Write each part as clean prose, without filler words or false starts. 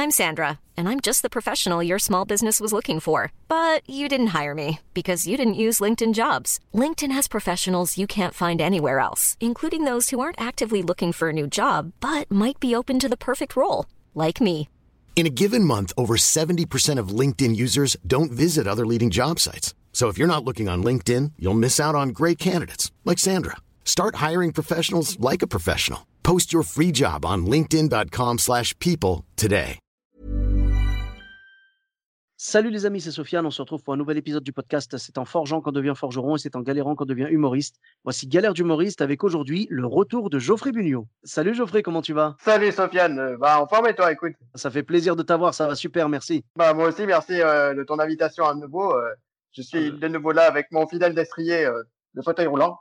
I'm Sandra, and I'm just the professional your small business was looking for. But you didn't hire me because you didn't use LinkedIn Jobs. LinkedIn has professionals you can't find anywhere else, including those who aren't actively looking for a new job, but might be open to the perfect role, like me. In a given month, over 70% of LinkedIn users don't visit other leading job sites. So if you're not looking on LinkedIn, you'll miss out on great candidates like Sandra. Start hiring professionals like a professional. Post your free job on linkedin.com/people today. Salut les amis, c'est Sofiane. On se retrouve pour un nouvel épisode du podcast. C'est en forgeant qu'on devient forgeron et c'est en galérant qu'on devient humoriste. Voici Galère d'humoriste avec aujourd'hui le retour de Geoffrey Bugnot. Salut Geoffrey, comment tu vas? Salut Sofiane, en forme et toi, écoute. Ça fait plaisir de t'avoir, ça va super, merci. Moi aussi, merci de ton invitation à nouveau. Je suis de nouveau là avec mon fidèle destrier, le fauteuil roulant.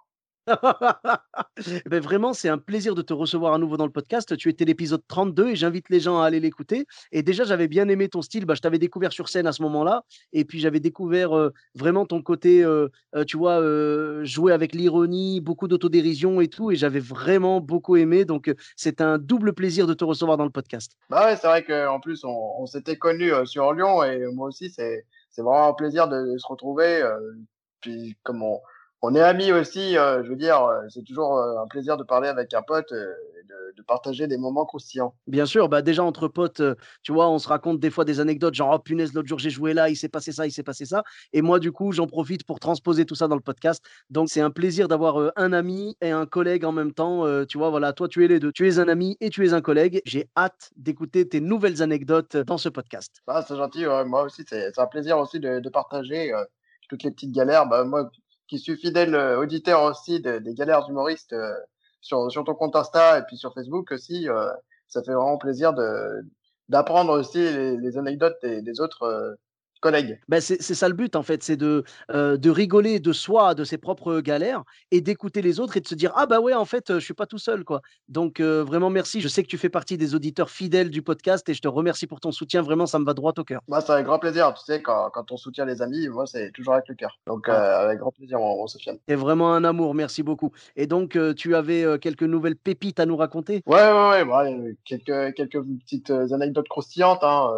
Vraiment, c'est un plaisir de te recevoir à nouveau dans le podcast. Tu étais l'épisode 32 et j'invite les gens à aller l'écouter. Et déjà, j'avais bien aimé ton style. Je t'avais découvert sur scène à ce moment-là. Et puis, j'avais découvert vraiment ton côté, tu vois, jouer avec l'ironie, beaucoup d'autodérision et tout. Et j'avais vraiment beaucoup aimé. Donc, c'est un double plaisir de te recevoir dans le podcast. Bah ouais, c'est vrai qu'en plus, on s'était connus sur Lyon et moi aussi, c'est vraiment un plaisir de se retrouver. Puis, comme on est amis aussi, je veux dire, c'est toujours un plaisir de parler avec un pote et de partager des moments croustillants. Bien sûr, déjà entre potes, tu vois, on se raconte des fois des anecdotes genre: «Oh punaise, l'autre jour j'ai joué là, il s'est passé ça, il s'est passé ça» et moi du coup, j'en profite pour transposer tout ça dans le podcast. Donc c'est un plaisir d'avoir, un ami et un collègue en même temps, tu vois? Voilà, toi tu es les 2. Tu es un ami et tu es un collègue. J'ai hâte d'écouter tes nouvelles anecdotes dans ce podcast. Ah, c'est gentil, ouais, moi aussi, c'est un plaisir aussi de partager toutes les petites galères. Moi qui suis fidèle auditeur aussi des galères d'humoristes sur ton compte Insta et puis sur Facebook aussi, ça fait vraiment plaisir d'apprendre aussi les anecdotes des autres collègues. C'est ça le but en fait, c'est de rigoler de soi, de ses propres galères et d'écouter les autres et de se dire: «Ah bah ouais, en fait, je suis pas tout seul, quoi». Donc vraiment merci. Je sais que tu fais partie des auditeurs fidèles du podcast et je te remercie pour ton soutien. Vraiment, ça me va droit au cœur. Moi, c'est avec grand plaisir, tu sais, quand on soutient les amis, moi, c'est toujours avec le cœur. Donc, Ah, avec grand plaisir, mon Sofiane. tu vraiment un amour, merci beaucoup et donc tu avais, quelques nouvelles pépites à nous raconter? Ouais, quelques petites anecdotes croustillantes, hein,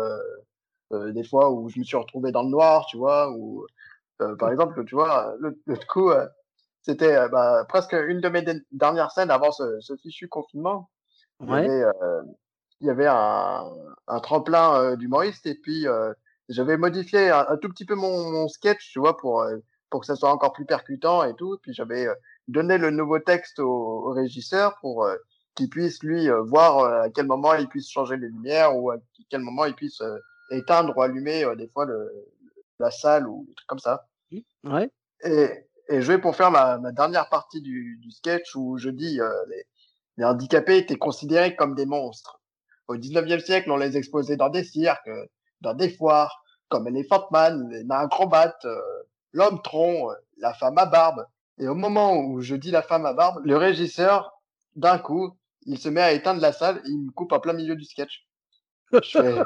des fois où je me suis retrouvé dans le noir, tu vois, ou par exemple, tu vois, l'autre coup, c'était presque une de mes dernières scènes avant ce fichu confinement. Il y Ouais, avait, il y avait un tremplin d'humoriste et puis j'avais modifié un tout petit peu mon sketch, tu vois, pour que ça soit encore plus percutant et tout. Puis j'avais donné le nouveau texte au régisseur pour qu'il puisse lui voir à quel moment il puisse changer les lumières ou à quel moment il puisse éteindre ou allumer des fois la salle ou des trucs comme ça. ouais. Et, et je vais pour faire ma dernière partie du sketch où je dis les handicapés étaient considérés comme des monstres. Au 19e siècle, on les exposait dans des cirques, dans des foires, comme Elephant Man, les nains acrobates, l'homme tronc, la femme à barbe. Et au moment où je dis la femme à barbe, le régisseur, d'un coup, il se met à éteindre la salle et il me coupe en plein milieu du sketch. Je fais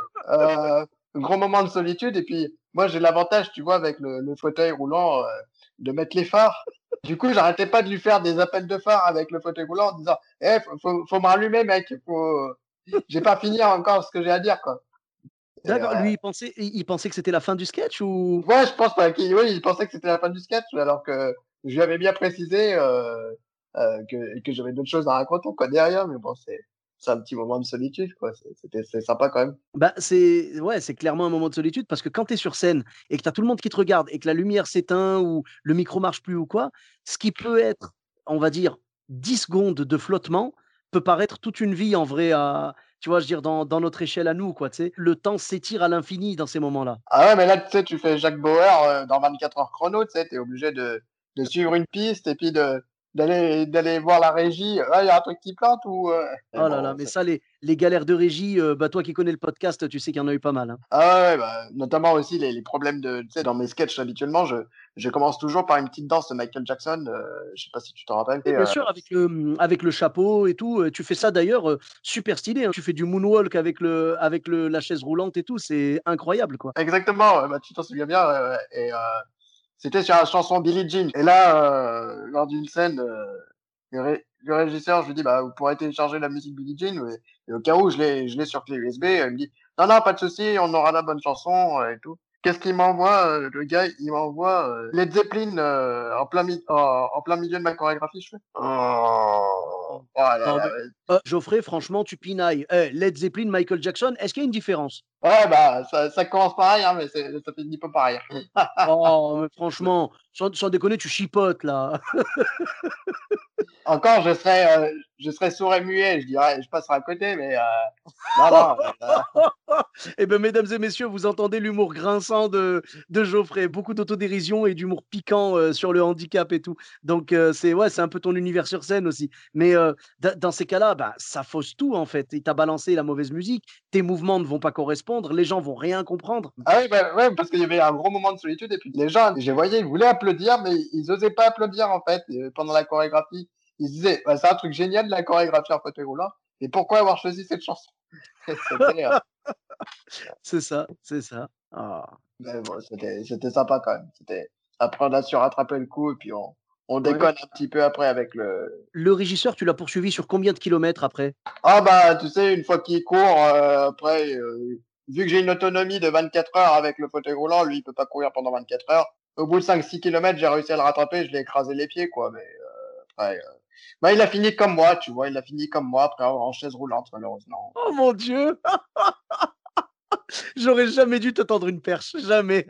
un gros moment de solitude et puis moi j'ai l'avantage, tu vois, avec le fauteuil roulant, de mettre les phares. Du coup, j'arrêtais pas de lui faire des appels de phare avec le fauteuil roulant en disant: «Eh, faut me rallumer mec, j'ai pas fini encore ce que j'ai à dire, quoi». Et D'accord, lui il pensait que c'était la fin du sketch ou? ouais, je pense pas il pensait que c'était la fin du sketch alors que je lui avais bien précisé, que j'avais d'autres choses à raconter, quoi, derrière, mais bon, c'est un petit moment de solitude, quoi. C'est sympa quand même. C'est ouais, c'est clairement un moment de solitude parce que quand tu es sur scène et que tu as tout le monde qui te regarde et que la lumière s'éteint ou le micro marche plus ou quoi, ce qui peut être, on va dire 10 secondes de flottement peut paraître toute une vie en vrai à tu vois? Je veux dire dans notre échelle à nous quoi, tu sais? Le temps s'étire à l'infini dans ces moments-là. Ah ouais, mais là, tu sais, tu fais Jacques Bauer dans 24 heures chrono, tu sais, tu es obligé de suivre une piste et puis d'aller voir la régie. Ah, il y a un truc qui plante ou mais Oh là là, bon, mais ça les galères de régie, toi qui connais le podcast, tu sais qu'il y en a eu pas mal, hein? ah ouais, notamment aussi les problèmes tu sais, dans mes sketchs habituellement, je commence toujours par une petite danse de Michael Jackson, je sais pas si tu t'en rappelles. Oui, bien sûr, avec le chapeau et tout, tu fais ça d'ailleurs, super stylé, hein. Tu fais du moonwalk avec la chaise roulante et tout, c'est incroyable, quoi. Exactement, ouais, tu t'en souviens bien, ouais, ouais. Et c'était sur la chanson Billie Jean. Et là, lors d'une scène, le régisseur, je lui dis: «Bah, vous pourrez télécharger la musique Billie Jean, mais et au cas où je l'ai sur clé USB», il me dit: Non, non, pas de souci, on aura la bonne chanson et tout. Qu'est-ce qu'il m'envoie, le gars? Il m'envoie Led Zeppelin en plein milieu de ma chorégraphie. Je fais. Oh, oh là Non, là. mais Geoffrey, franchement, tu pinailles. Led Zeppelin, Michael Jackson, est-ce qu'il y a une différence? Ouais, bah, ça commence pareil, hein, mais ça finit pas pareil. Oh, mais franchement, sans déconner, tu chipotes là. Encore, je serais sourd et muet, je dirais, je passerai à côté, mais non, non. Eh bien, mesdames et messieurs, vous entendez l'humour grinçant de Geoffrey. Beaucoup d'autodérision et d'humour piquant sur le handicap et tout. Donc, c'est un peu ton univers sur scène aussi. Mais dans ces cas-là, bah, ça fausse tout en fait. Il t'a balancé la mauvaise musique, tes mouvements ne vont pas correspondre, les gens vont rien comprendre. Ah oui, bah, ouais, parce qu'il y avait un gros moment de solitude, et puis les gens, je les voyais, ils voulaient applaudir, mais ils osaient pas applaudir, en fait, pendant la chorégraphie. Ils se disaient, bah, c'est un truc génial, la chorégraphie en fauteuil roulant, et pourquoi avoir choisi cette chanson? C'était, C'est ça, c'est ça. Ah. mais bon, c'était sympa quand même. Après, on a su rattraper le coup, et puis on Ouais. déconne un petit peu après avec le. Le régisseur, tu l'as poursuivi sur combien de kilomètres après? Ah bah, tu sais, une fois qu'il court, après, vu que j'ai une autonomie de 24 heures avec le fauteuil roulant, lui, il peut pas courir pendant 24 heures. Au bout de 5-6 kilomètres, j'ai réussi à le rattraper, je l'ai écrasé les pieds, quoi. Mais après, bah, il a fini comme moi, tu vois, il a fini comme moi, après en chaise roulante, malheureusement. Oh mon Dieu! J'aurais jamais dû te tendre une perche, jamais.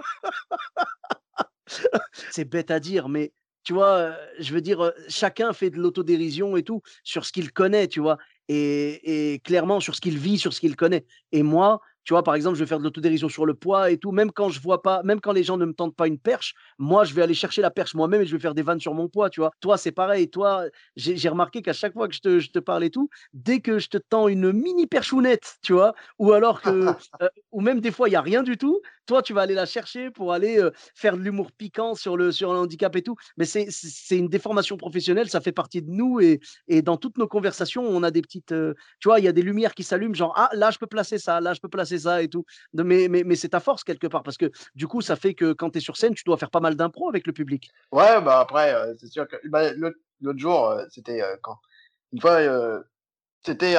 C'est bête à dire, mais tu vois, je veux dire, chacun fait de l'autodérision et tout sur ce qu'il connaît, tu vois? Et clairement sur ce qu'il vit, sur ce qu'il connaît. Et moi, tu vois, par exemple, je vais faire de l'autodérision sur le poids et tout, même quand je vois pas même quand les gens ne me tendent pas une perche, moi, je vais aller chercher la perche moi-même et je vais faire des vannes sur mon poids, tu vois? Toi, c'est pareil, toi, j'ai remarqué qu'à chaque fois que je te parle et tout, dès que je te tends une mini perchounette, tu vois? Ou alors ou même des fois, il y a rien du tout, toi, tu vas aller la chercher pour aller, faire de l'humour piquant sur le handicap et tout. Mais c'est une déformation professionnelle, ça fait partie de nous et dans toutes nos conversations, on a des petites, tu vois, il y a des lumières qui s'allument, genre ah là je peux placer ça, là je peux placer ça et tout. Mais c'est ta force quelque part parce que du coup, ça fait que quand tu es sur scène, tu dois faire pas mal d'impro avec le public. Ouais, bah après, c'est sûr que bah, l'autre jour, c'était quand une fois, c'était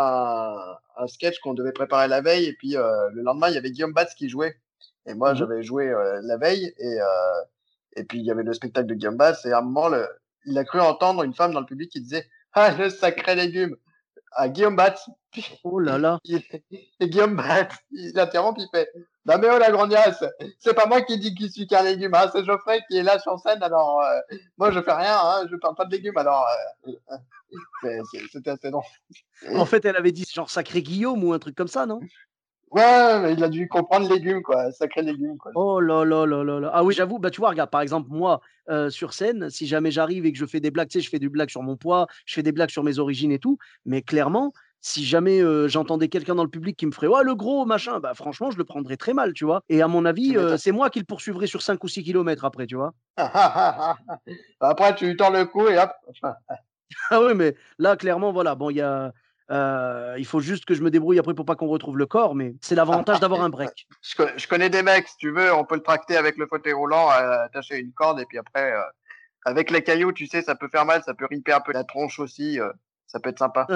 un sketch qu'on devait préparer la veille, et puis le lendemain, il y avait Guillaume Batz qui jouait. Et moi, Mmh. j'avais joué la veille, et puis il y avait le spectacle de Guillaume Batz, et à un moment, il a cru entendre une femme dans le public qui disait: «Ah, le sacré légume!» à Guillaume Batz. Puis, Oh là là. et Guillaume Batz, il interrompt, il fait: «Non mais oh la grognasse, c'est pas moi qui dis qu'il suis qu'un légume, hein, c'est Geoffrey qui est là sur scène, alors moi je fais rien, hein, je parle pas de légumes, alors c'était assez drôle.» En fait, elle avait dit genre «Sacré Guillaume» ou un truc comme ça, non? Ouais, mais il a dû comprendre légumes, quoi, sacré légumes, quoi. Oh là là là là là. Ah oui, j'avoue, bah, tu vois, regarde, par exemple, moi, sur scène, si jamais j'arrive et que je fais des blagues, tu sais, je fais des blagues sur mon poids, je fais des blagues sur mes origines et tout, mais clairement, si jamais, j'entendais quelqu'un dans le public qui me ferait: «Ouais, le gros, machin», bah, franchement, je le prendrais très mal, tu vois? Et à mon Tu avis, m'étonnes. c'est moi qui le poursuivrai sur 5 ou 6 kilomètres après, tu vois? Après, tu lui tends le cou et hop. Ah oui, mais là, clairement, voilà, bon, il faut juste que je me débrouille après pour pas qu'on retrouve le corps, mais c'est l'avantage d'avoir un break. Je connais des mecs, si tu veux, on peut le tracter avec le fauteuil roulant, attaché à une corde, et puis après, avec les cailloux, tu sais, ça peut faire mal, ça peut ripper un peu la tronche aussi, ça peut être sympa.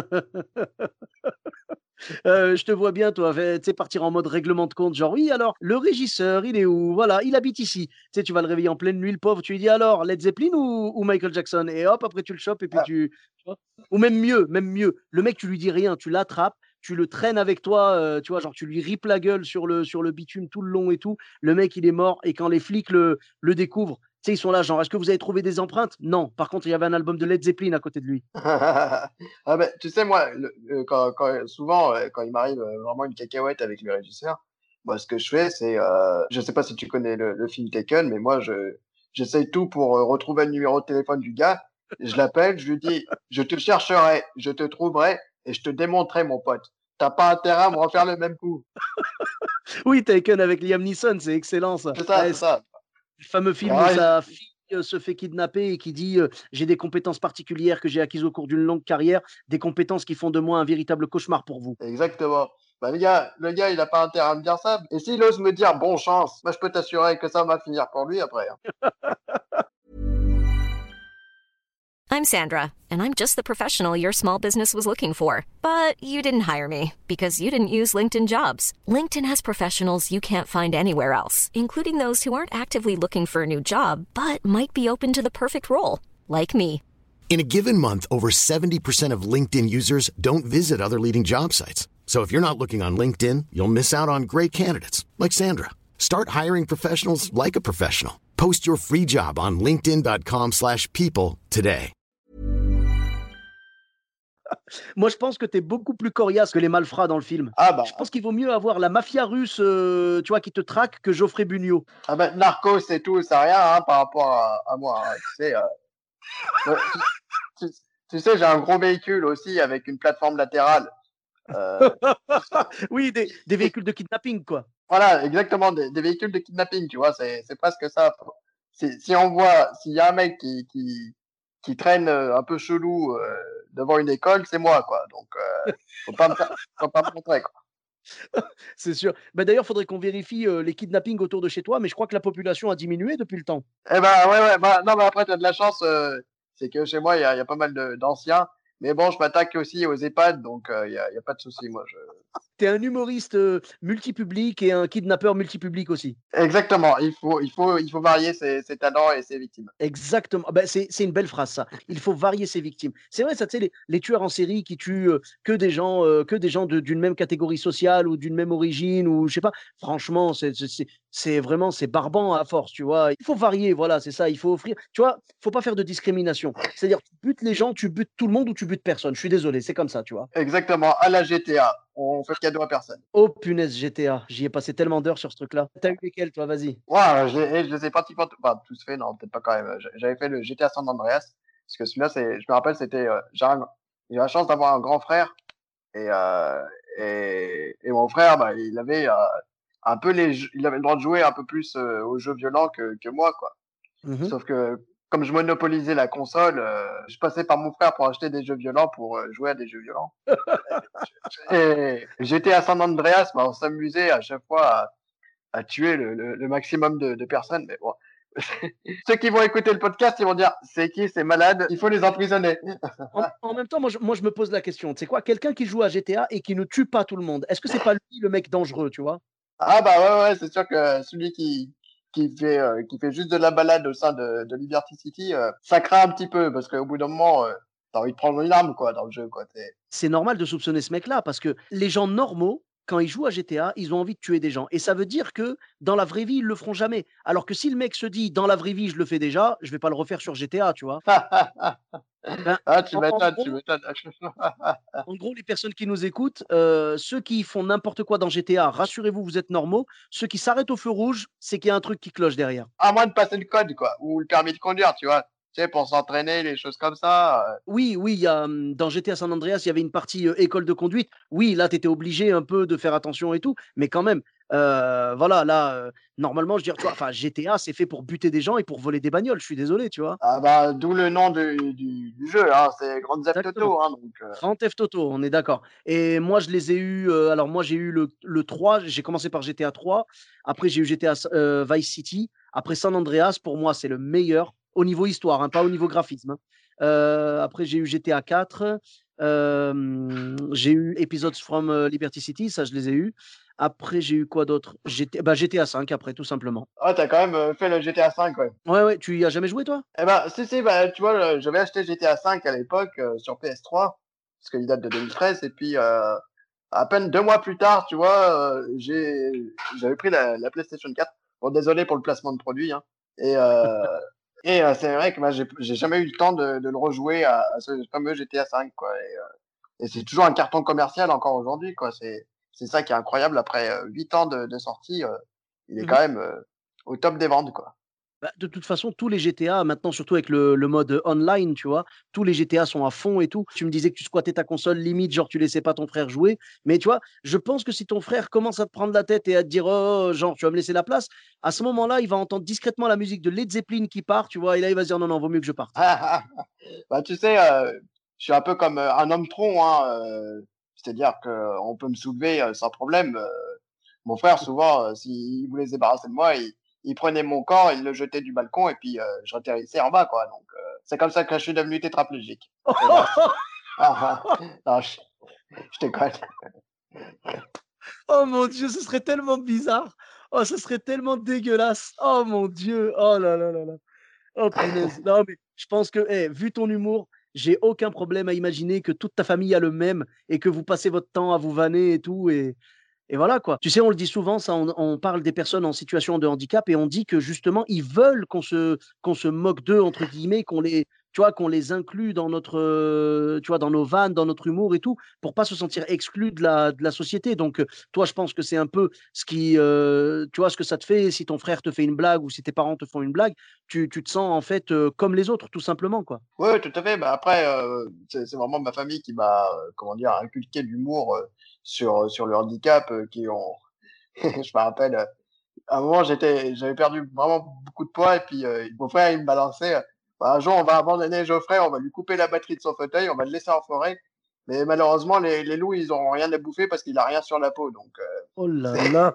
Je te vois bien toi, tu sais, partir en mode règlement de compte, genre: «Oui alors, le régisseur, il est où? Voilà, il habite ici». Tu sais, tu vas le réveiller en pleine nuit, le pauvre, tu lui dis: «Alors, Led Zeppelin ou Michael Jackson?» et hop, après tu le chopes et puis Ah, tu vois? Ou même mieux, le mec, tu lui dis rien, tu l'attrapes, tu le traînes avec toi, tu vois? Genre, tu lui ripes la gueule sur le bitume tout le long et tout. Le mec, il est mort et quand les flics le découvrent, tu sais, ils sont là genre: «Est-ce que vous avez trouvé des empreintes?» «Non». Par contre, il y avait un album de Led Zeppelin à côté de lui. ah ben, tu sais, moi, souvent, quand il m'arrive vraiment une cacahuète avec le régisseur, moi, ce que je fais, c'est, je sais pas si tu connais le film Taken, mais moi, j'essaye tout pour retrouver le numéro de téléphone du gars. Je l'appelle, je lui dis: «Je te chercherai, je te trouverai et je te démonterai, mon pote. T'as pas intérêt à me refaire le même coup.» Oui, Taken avec Liam Neeson, c'est excellent ça. C'est ça, Ouais, c'est ça. le fameux film où Alors, sa fille, se fait kidnapper et qui dit, «J'ai des compétences particulières que j'ai acquises au cours d'une longue carrière, des compétences qui font de moi un véritable cauchemar pour vous». exactement. Bah, le gars, il a pas intérêt à me dire ça. Et s'il ose me dire bonne chance, moi, je peux t'assurer que ça va finir pour lui après, hein. I'm Sandra, and I'm just the professional your small business was looking for. But you didn't hire me because you didn't use LinkedIn Jobs. LinkedIn has professionals you can't find anywhere else, including those who aren't actively looking for a new job, but might be open to the perfect role, like me. In a given month, over 70% of LinkedIn users don't visit other leading job sites. So if you're not looking on LinkedIn, you'll miss out on great candidates like Sandra. Start hiring professionals like a professional. Post your free job on linkedin.com/people today. Moi, je pense que tu es beaucoup plus coriace que les malfrats dans le film. Ah bah, Je pense qu'il vaut mieux avoir la mafia russe, tu vois, qui te traque que Geoffrey Bugnot. Narcos et tout, c'est rien hein, par rapport à moi. Hein, tu sais, euh, tu, tu sais, j'ai un gros véhicule aussi avec une plateforme latérale. Euh, Oui, des véhicules de kidnapping, quoi. Voilà, exactement, des véhicules de kidnapping, tu vois, c'est presque ça. Si on voit, s'il y a un mec qui traîne un peu chelou devant une école, c'est moi, quoi. Donc, faut pas me montrer, quoi. C'est sûr. Bah, d'ailleurs, il faudrait qu'on vérifie les kidnappings autour de chez toi, mais je crois que la population a diminué depuis le temps. Eh ben, ouais, bah, non, mais après, t'as de la chance, c'est que chez moi, il y a pas mal d'anciens. Mais bon, je m'attaque aussi aux EHPAD, donc il y a pas de souci, moi. Tu es un humoriste multipublic et un kidnappeur multipublic aussi. Exactement, il faut varier ses talents et ses victimes. Exactement. Ah bah, c'est une belle phrase, ça. Il faut varier ses victimes. C'est vrai, ça, tu sais, les tueurs en série qui tuent que des gens, d'une même catégorie sociale ou d'une même origine, ou je sais pas. Franchement, c'est vraiment, c'est barbant à force, tu vois. Il faut varier, voilà, c'est ça. Il faut offrir, tu vois, faut pas faire de discrimination. C'est-à-dire, tu butes les gens, tu butes tout le monde ou tu butes personne. Je suis désolé, c'est comme ça, tu vois. Exactement, à la GTA, on fait cadeau à personne. Oh punaise, GTA. J'y ai passé tellement d'heures sur ce truc-là. T'as eu lesquels, toi? Vas-y. Ouais, je les ai pratiquement tous fait, non, peut-être pas quand même. J'avais fait le GTA San Andreas, parce que celui-là, je me rappelle, c'était, j'ai eu la chance d'avoir un grand frère, et, et mon frère, bah, il avait un peu il avait le droit de jouer un peu plus aux jeux violents que moi, quoi. Mhm. Sauf que comme je monopolisais la console, je passais par mon frère pour acheter des jeux violents pour jouer à des jeux violents. Et j'étais à San Andreas, bah, on s'amusait à chaque fois à tuer le maximum de personnes. Mais bon, ceux qui vont écouter le podcast, ils vont dire c'est qui, c'est malade, il faut les emprisonner. En même temps, moi, je me pose la question. Tu sais quoi? Quelqu'un qui joue à GTA et qui ne tue pas tout le monde, est-ce que c'est pas lui le mec dangereux, tu vois? Ah bah ouais, c'est sûr que celui qui fait juste de la balade au sein de Liberty City, ça craint un petit peu parce qu'au bout d'un moment, t'as envie de prendre une arme quoi dans le jeu quoi. C'est normal de soupçonner ce mec-là parce que les gens normaux, quand ils jouent à GTA, ils ont envie de tuer des gens. Et ça veut dire que dans la vraie vie, ils le feront jamais. Alors que si le mec se dit dans la vraie vie, je le fais déjà, je vais pas le refaire sur GTA, tu vois. Ben, Ah, tu en, en m'étonnes, tu gros, m'étonnes. en gros, les personnes qui nous écoutent, ceux qui font n'importe quoi dans GTA, rassurez-vous, vous êtes normaux. Ceux qui s'arrêtent au feu rouge, c'est qu'il y a un truc qui cloche derrière. À moins de passer le code, quoi, ou le permis de conduire, tu vois. Tu sais, pour s'entraîner, les choses comme ça. Oui, oui, il y a, dans GTA San Andreas, il y avait une partie école de conduite. Oui, là, tu étais obligé un peu de faire attention et tout, mais quand même, voilà, là, normalement, je veux dire, tu vois, enfin, GTA, c'est fait pour buter des gens et pour voler des bagnoles. Je suis désolé, tu vois. Ah bah, d'où le nom du jeu, hein, c'est Grand Theft Exactement. Auto, hein, donc. Grand Theft Auto, on est d'accord. Et moi, je les ai eus. Alors, moi, j'ai eu le 3. J'ai commencé par GTA 3. Après, j'ai eu GTA Vice City. Après, San Andreas, pour moi, c'est le meilleur au niveau histoire, hein, pas au niveau graphisme, hein. Après, j'ai eu GTA 4. J'ai eu Episodes from Liberty City. Ça, je les ai eus. Après, j'ai eu quoi d'autre? GTA 5, après, tout simplement. Ah, t'as quand même fait le GTA 5, ouais. Ouais, ouais. Tu y as jamais joué, toi? Eh ben, si, bah, tu vois, j'avais acheté GTA 5 à l'époque sur PS3, parce qu'il date de 2013, et puis à peine 2 mois plus tard, tu vois, j'avais pris la PlayStation 4. Bon, désolé pour le placement de produit, hein. Et, c'est vrai que moi, j'ai jamais eu le temps de le rejouer à ce fameux GTA 5, quoi. Et c'est toujours un carton commercial encore aujourd'hui, quoi. C'est ça qui est incroyable. Après 8 ans de sortie, il est quand même au top des ventes, quoi. Bah, de toute façon, tous les GTA, maintenant, surtout avec le mode online, tu vois, tous les GTA sont à fond et tout. Tu me disais que tu squattais ta console, limite, genre, tu laissais pas ton frère jouer. Mais tu vois, je pense que si ton frère commence à te prendre la tête et à te dire, oh, genre, tu vas me laisser la place, à ce moment-là, il va entendre discrètement la musique de Led Zeppelin qui part, tu vois, et là, il va se dire, non, non, vaut mieux que je parte. Bah, tu sais, je suis un peu comme un homme tronc, hein, c'est-à-dire que on peut me soulever sans problème. Mon frère, souvent, s'il voulait se débarrasser de moi, il prenait mon corps, il le jetait du balcon et puis je atterrissais en bas, quoi. Donc, c'est comme ça que je suis devenu tétraplégique. Et voilà. Non, je déconne. Oh mon Dieu, ce serait tellement bizarre. Oh, ce serait tellement dégueulasse. Oh mon Dieu. Oh là là là là. Oh punaise. Non, mais je pense que, vu ton humour, j'ai aucun problème à imaginer que toute ta famille a le même et que vous passez votre temps à vous vanner et tout. Et voilà quoi. Tu sais, on le dit souvent, ça, on parle des personnes en situation de handicap et on dit que justement, ils veulent qu'on se moque d'eux, entre guillemets, tu vois, qu'on les inclue dans notre, tu vois, dans nos vannes, dans notre humour et tout, pour pas se sentir exclus de la société. Donc, toi, je pense que c'est un peu ce qui, tu vois, ce que ça te fait si ton frère te fait une blague ou si tes parents te font une blague, tu te sens en fait comme les autres, tout simplement, quoi. Ouais, tout à fait. Bah, après, c'est vraiment ma famille qui m'a, comment dire, inculqué l'humour sur le handicap, qui ont. Je me rappelle, à un moment, j'avais perdu vraiment beaucoup de poids et puis mon frère, il me balançait. Bah, un jour, on va abandonner Geoffrey, on va lui couper la batterie de son fauteuil, on va le laisser en forêt. Mais malheureusement, les loups, ils auront rien à bouffer parce qu'il a rien sur la peau. Donc, Oh là c'est, là.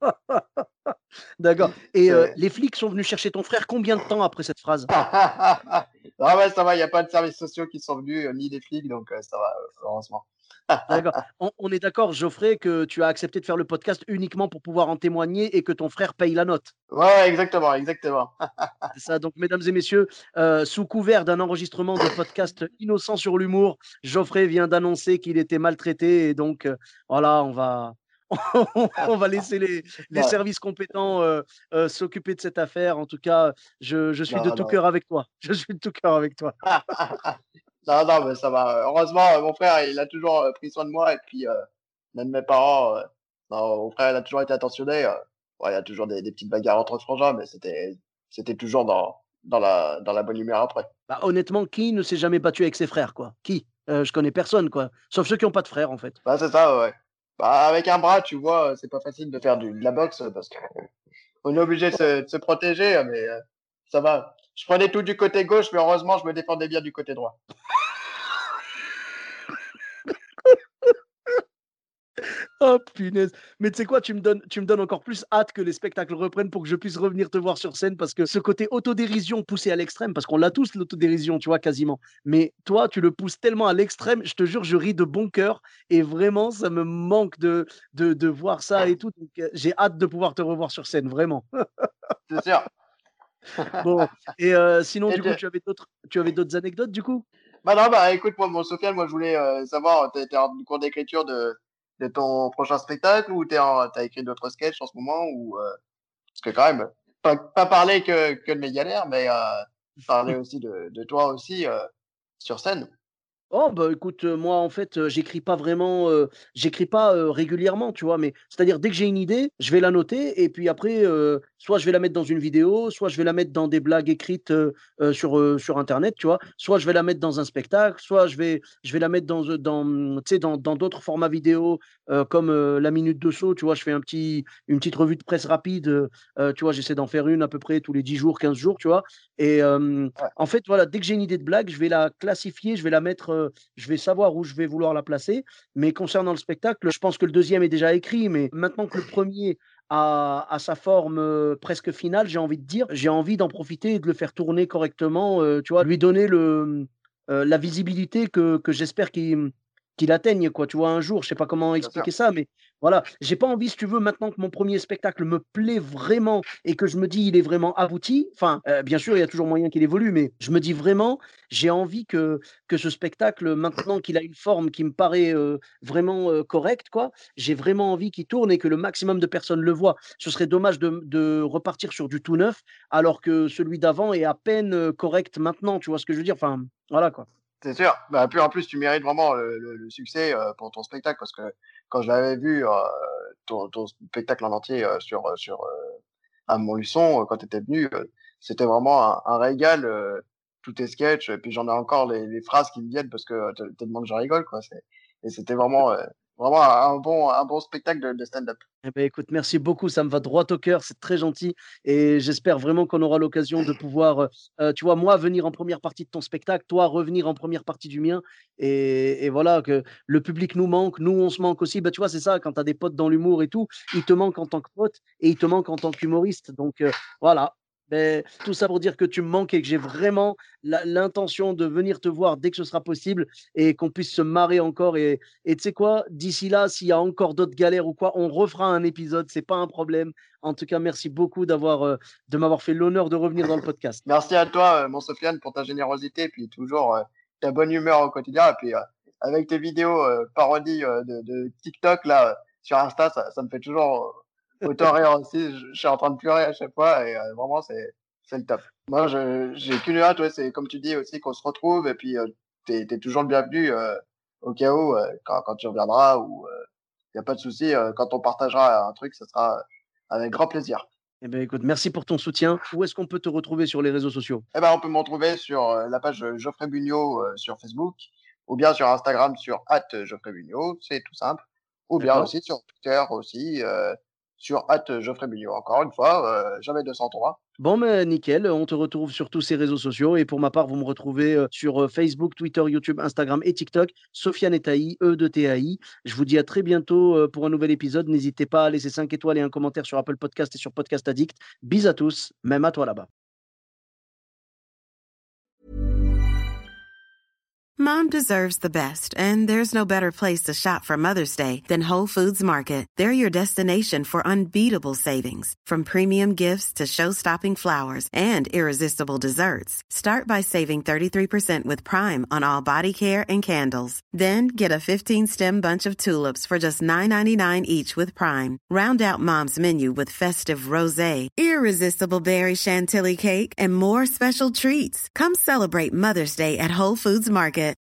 D'accord. Et c'est, les flics sont venus chercher ton frère combien de temps après cette phrase? ah ouais, ça va, il n'y a pas de services sociaux qui sont venus, ni des flics, donc ça va, heureusement. D'accord. On est d'accord, Geoffrey, que tu as accepté de faire le podcast uniquement pour pouvoir en témoigner et que ton frère paye la note. Ouais, exactement, exactement. C'est ça. Donc, mesdames et messieurs, sous couvert d'un enregistrement de podcast innocent sur l'humour, Geoffrey vient d'annoncer qu'il était maltraité et donc voilà, on va laisser les Non, services compétents s'occuper de cette affaire. En tout cas, je suis de non, tout non. cœur avec toi. Je suis de tout cœur avec toi. Non, non, mais ça va. Heureusement, mon frère, il a toujours pris soin de moi et puis même mes parents, non, mon frère, il a toujours été attentionné. Ouais, il y a toujours des petites bagarres entre frangins, mais c'était toujours dans la bonne humeur après. Bah, honnêtement, qui ne s'est jamais battu avec ses frères, quoi? Qui? Je connais personne, quoi. Sauf ceux qui ont pas de frères, en fait. Bah, c'est ça, ouais. Bah, avec un bras, tu vois, c'est pas facile de faire de la boxe parce qu'on est obligé de se protéger, mais ça va. Je prenais tout du côté gauche, mais heureusement, je me défendais bien du côté droit. Oh punaise! Mais tu sais quoi? Tu me donnes encore plus hâte que les spectacles reprennent pour que je puisse revenir te voir sur scène parce que ce côté autodérision poussé à l'extrême, parce qu'on l'a tous l'autodérision, tu vois, quasiment. Mais toi, tu le pousses tellement à l'extrême, je te jure, je ris de bon cœur et vraiment, ça me manque de voir ça et tout. Donc, j'ai hâte de pouvoir te revoir sur scène, vraiment. C'est sûr. Bon et sinon, Et du coup, tu- tu avais d'autres anecdotes, du coup? Bah non, bah écoute, moi, mon Sofiane, moi, je voulais savoir, t'es en cours d'écriture de ton prochain spectacle ou t'as écrit d'autres sketchs en ce moment ou parce que quand même, pas parler que de mes galères, mais parler aussi de toi aussi sur scène. Oh bah, écoute, moi en fait, j'écris pas vraiment, j'écris pas, régulièrement, tu vois? Mais c'est-à-dire dès que j'ai une idée, je vais la noter et puis après, soit je vais la mettre dans une vidéo, soit je vais la mettre dans des blagues écrites, sur internet, tu vois? Soit je vais la mettre dans un spectacle, soit je vais la mettre tu sais, dans d'autres formats vidéo, comme, la minute de saut, tu vois? Je fais une petite revue de presse rapide, tu vois? J'essaie d'en faire une à peu près tous les 10 jours, 15 jours, tu vois? Et Ouais, en fait, voilà, dès que j'ai une idée de blague, je vais la classifier, je vais la mettre, je vais savoir où je vais vouloir la placer. Mais concernant le spectacle, je pense que le deuxième est déjà écrit, mais maintenant que le premier a sa forme, presque finale, j'ai envie de dire, j'ai envie d'en profiter et de le faire tourner correctement, tu vois? Lui donner la visibilité que j'espère qu'il atteigne, quoi, tu vois? Un jour, je sais pas comment bien sûr. expliquer ça, mais voilà. J'ai pas envie, si tu veux, maintenant que mon premier spectacle me plaît vraiment et que je me dis: «Il est vraiment abouti», enfin, bien sûr, il y a toujours moyen qu'il évolue, mais je me dis vraiment: «J'ai envie que ce spectacle, maintenant qu'il a une forme qui me paraît, vraiment, correcte quoi, j'ai vraiment envie qu'il tourne et que le maximum de personnes le voient. Ce serait dommage de repartir sur du tout neuf, alors que celui d'avant est à peine, correct maintenant, tu vois ce que je veux dire? Enfin, voilà quoi. C'est sûr. Bah, puis en plus, tu mérites vraiment le succès pour ton spectacle parce que quand je l'avais vu, ton spectacle en entier à Montluçon, quand tu étais venu, c'était vraiment un régal. Tous tes sketchs, et puis j'en ai encore les phrases qui me viennent parce que tellement que je rigole, quoi. Et c'était vraiment un bon spectacle de stand-up. Eh beh, écoute, merci beaucoup, ça me va droit au cœur, c'est très gentil et j'espère vraiment qu'on aura l'occasion de pouvoir, tu vois, moi venir en première partie de ton spectacle, toi revenir en première partie du mien et voilà que le public nous manque, nous on se manque aussi. Bah, tu vois, c'est ça quand tu as des potes dans l'humour et tout, ils te manquent en tant que pote et ils te manquent en tant qu'humoriste donc voilà. Ben, tout ça pour dire que tu me manques et que j'ai vraiment l'intention de venir te voir dès que ce sera possible et qu'on puisse se marrer encore. Et tu sais quoi, d'ici là, s'il y a encore d'autres galères ou quoi, on refera un épisode, c'est pas un problème. En tout cas, merci beaucoup de m'avoir fait l'honneur de revenir dans le podcast. Merci à toi, mon Sofiane, pour ta générosité, puis toujours ta bonne humeur au quotidien. Et puis, avec tes vidéos parodies de TikTok, là, sur Insta, ça me fait toujours autant rire aussi. Je suis en train de pleurer à chaque fois et vraiment, c'est le top. Moi, j'ai qu'une hâte, ouais, c'est comme tu dis aussi qu'on se retrouve et puis t'es toujours le bienvenu au cas où, quand tu reviendras ou y a pas de souci, quand on partagera un truc, ce sera avec grand plaisir. Eh ben, écoute, merci pour ton soutien. Où est-ce qu'on peut te retrouver sur les réseaux sociaux? Eh ben, on peut me retrouver sur la page Geoffrey Bugnot sur Facebook, ou bien sur Instagram sur @Geoffrey Bugnot, c'est tout simple, ou bien D'accord? aussi sur Twitter aussi sur @Geoffrey Bugnot. Encore une fois, jamais 203. Bon, ben, nickel, on te retrouve sur tous ces réseaux sociaux et pour ma part, vous me retrouvez sur Facebook, Twitter, YouTube, Instagram et TikTok, Sofiane Taï, E de TAI. Je vous dis à très bientôt pour un nouvel épisode. N'hésitez pas à laisser 5 étoiles et un commentaire sur Apple Podcast et sur Podcast Addict. Bis à tous, même à toi là-bas. Mom deserves the best, and there's no better place to shop for Mother's Day than Whole Foods Market. They're your destination for unbeatable savings, from premium gifts to show-stopping flowers and irresistible desserts. Start by saving 33% with Prime on all body care and candles. Then get a 15-stem bunch of tulips for just $9.99 each with Prime. Round out Mom's menu with festive rosé, irresistible berry chantilly cake, and more special treats. Come celebrate Mother's Day at Whole Foods Market.